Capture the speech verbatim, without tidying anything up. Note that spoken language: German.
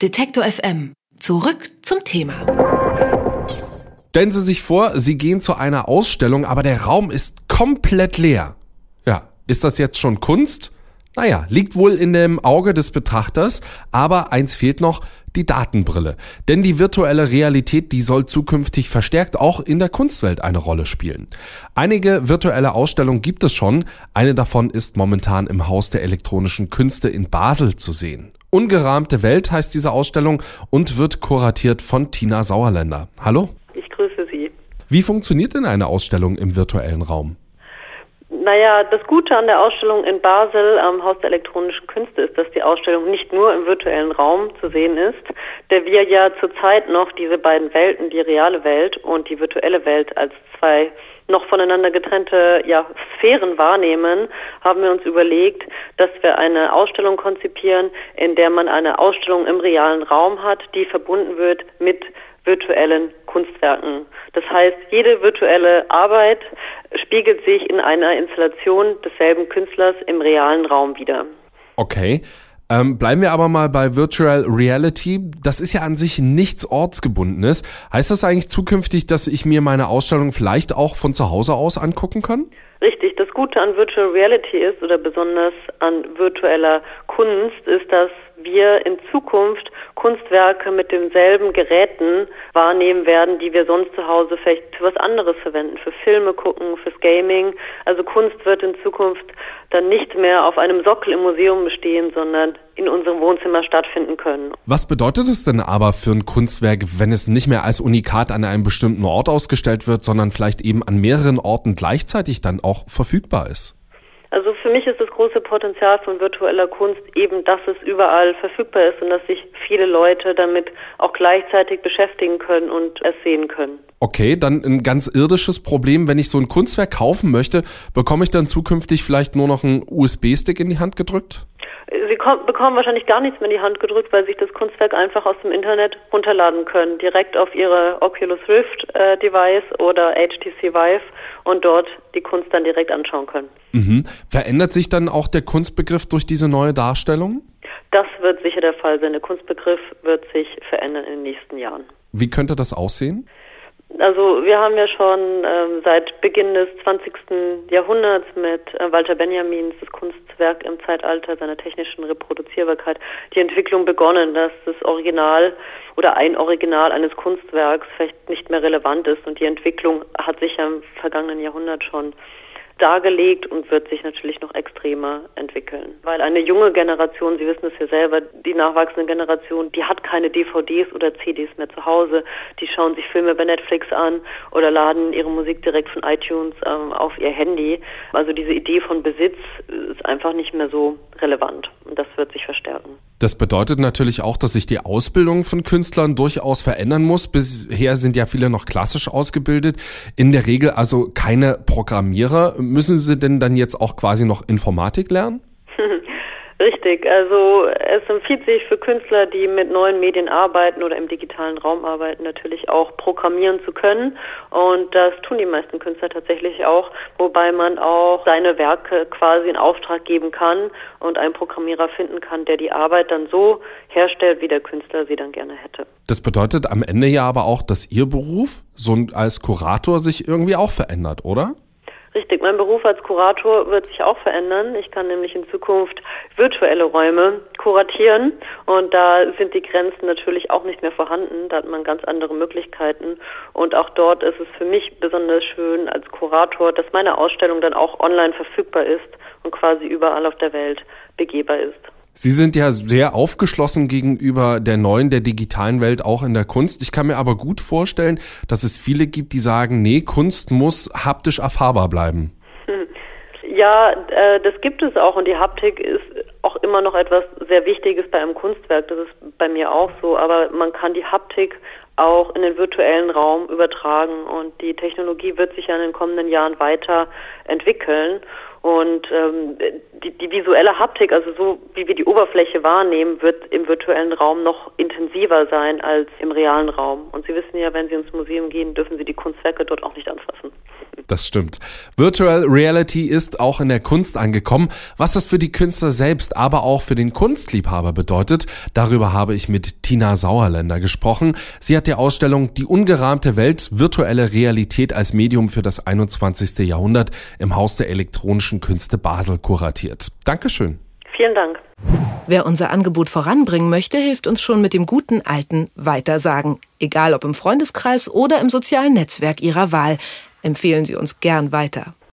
Detektor F M. Zurück zum Thema. Stellen Sie sich vor, Sie gehen zu einer Ausstellung, aber der Raum ist komplett leer. Ja, ist das jetzt schon Kunst? Naja, liegt wohl in dem Auge des Betrachters, aber eins fehlt noch, die Datenbrille. Denn die virtuelle Realität, die soll zukünftig verstärkt auch in der Kunstwelt eine Rolle spielen. Einige virtuelle Ausstellungen gibt es schon, eine davon ist momentan im Haus der elektronischen Künste in Basel zu sehen. Ungerahmte Welt heißt diese Ausstellung und wird kuratiert von Tina Sauerländer. Hallo? Ich grüße Sie. Wie funktioniert denn eine Ausstellung im virtuellen Raum? Naja, das Gute an der Ausstellung in Basel am Haus der elektronischen Künste ist, dass die Ausstellung nicht nur im virtuellen Raum zu sehen ist, der wir ja zurzeit noch diese beiden Welten, die reale Welt und die virtuelle Welt, als zwei noch voneinander getrennte ja, Sphären wahrnehmen, haben wir uns überlegt, dass wir eine Ausstellung konzipieren, in der man eine Ausstellung im realen Raum hat, die verbunden wird mit virtuellen Kunstwerken. Das heißt, jede virtuelle Arbeit spiegelt sich in einer Installation desselben Künstlers im realen Raum wider. Okay, ähm, bleiben wir aber mal bei Virtual Reality. Das ist ja an sich nichts Ortsgebundenes. Heißt das eigentlich zukünftig, dass ich mir meine Ausstellung vielleicht auch von zu Hause aus angucken kann? Richtig, das Gute an Virtual Reality ist, oder besonders an virtueller Kunst, ist, dass wir in Zukunft Kunstwerke mit denselben Geräten wahrnehmen werden, die wir sonst zu Hause vielleicht für was anderes verwenden, für Filme gucken, fürs Gaming. Also Kunst wird in Zukunft dann nicht mehr auf einem Sockel im Museum bestehen, sondern in unserem Wohnzimmer stattfinden können. Was bedeutet es denn aber für ein Kunstwerk, wenn es nicht mehr als Unikat an einem bestimmten Ort ausgestellt wird, sondern vielleicht eben an mehreren Orten gleichzeitig dann auch verfügbar ist? Also für mich ist das große Potenzial von virtueller Kunst eben, dass es überall verfügbar ist und dass sich viele Leute damit auch gleichzeitig beschäftigen können und es sehen können. Okay, dann ein ganz irdisches Problem. Wenn ich so ein Kunstwerk kaufen möchte, bekomme ich dann zukünftig vielleicht nur noch einen U S B-Stick in die Hand gedrückt? Sie bekommen wahrscheinlich gar nichts mehr in die Hand gedrückt, weil sich das Kunstwerk einfach aus dem Internet runterladen können, direkt auf Ihre Oculus Rift äh, Device oder H T C Vive und dort die Kunst dann direkt anschauen können. Mhm. Verändert sich dann auch der Kunstbegriff durch diese neue Darstellung? Das wird sicher der Fall sein. Der Kunstbegriff wird sich verändern in den nächsten Jahren. Wie könnte das aussehen? Also wir haben ja schon ähm, seit Beginn des zwanzigsten Jahrhunderts mit äh, Walter Benjamins das Kunstwerk im Zeitalter seiner technischen Reproduzierbarkeit die Entwicklung begonnen, dass das Original oder ein Original eines Kunstwerks vielleicht nicht mehr relevant ist, und die Entwicklung hat sich ja im vergangenen Jahrhundert schon dargelegt und wird sich natürlich noch extremer entwickeln. Weil eine junge Generation, Sie wissen es ja selber, die nachwachsende Generation, die hat keine D V Ds oder C Ds mehr zu Hause. Die schauen sich Filme bei Netflix an oder laden ihre Musik direkt von iTunes ähm, auf ihr Handy. Also diese Idee von Besitz ist einfach nicht mehr so relevant, und das wird sich verstärken. Das bedeutet natürlich auch, dass sich die Ausbildung von Künstlern durchaus verändern muss. Bisher sind ja viele noch klassisch ausgebildet, in der Regel also keine Programmierer. Müssen sie denn dann jetzt auch quasi noch Informatik lernen? Richtig, also es empfiehlt sich für Künstler, die mit neuen Medien arbeiten oder im digitalen Raum arbeiten, natürlich auch programmieren zu können, und das tun die meisten Künstler tatsächlich auch, wobei man auch seine Werke quasi in Auftrag geben kann und einen Programmierer finden kann, der die Arbeit dann so herstellt, wie der Künstler sie dann gerne hätte. Das bedeutet am Ende ja aber auch, dass Ihr Beruf so als Kurator sich irgendwie auch verändert, oder? Richtig, mein Beruf als Kurator wird sich auch verändern. Ich kann nämlich in Zukunft virtuelle Räume kuratieren, und da sind die Grenzen natürlich auch nicht mehr vorhanden. Da hat man ganz andere Möglichkeiten, und auch dort ist es für mich besonders schön als Kurator, dass meine Ausstellung dann auch online verfügbar ist und quasi überall auf der Welt begehbar ist. Sie sind ja sehr aufgeschlossen gegenüber der neuen, der digitalen Welt, auch in der Kunst. Ich kann mir aber gut vorstellen, dass es viele gibt, die sagen, nee, Kunst muss haptisch erfahrbar bleiben. Ja, äh, das gibt es auch, und die Haptik ist auch immer noch etwas sehr Wichtiges bei einem Kunstwerk. Das ist bei mir auch so, aber man kann die Haptik auch in den virtuellen Raum übertragen, und die Technologie wird sich ja in den kommenden Jahren weiter entwickeln. Und ähm, die, die visuelle Haptik, also so wie wir die Oberfläche wahrnehmen, wird im virtuellen Raum noch intensiver sein als im realen Raum. Und Sie wissen ja, wenn Sie ins Museum gehen, dürfen Sie die Kunstwerke dort auch nicht anfassen. Das stimmt. Virtual Reality ist auch in der Kunst angekommen. Was das für die Künstler selbst, aber auch für den Kunstliebhaber bedeutet, darüber habe ich mit Tina Sauerländer gesprochen. Sie hat die Ausstellung Die ungerahmte Welt, virtuelle Realität als Medium für das einundzwanzigste Jahrhundert im Haus der elektronischen Künste Basel kuratiert. Dankeschön. Vielen Dank. Wer unser Angebot voranbringen möchte, hilft uns schon mit dem guten alten Weitersagen. Egal ob im Freundeskreis oder im sozialen Netzwerk Ihrer Wahl. Empfehlen Sie uns gern weiter.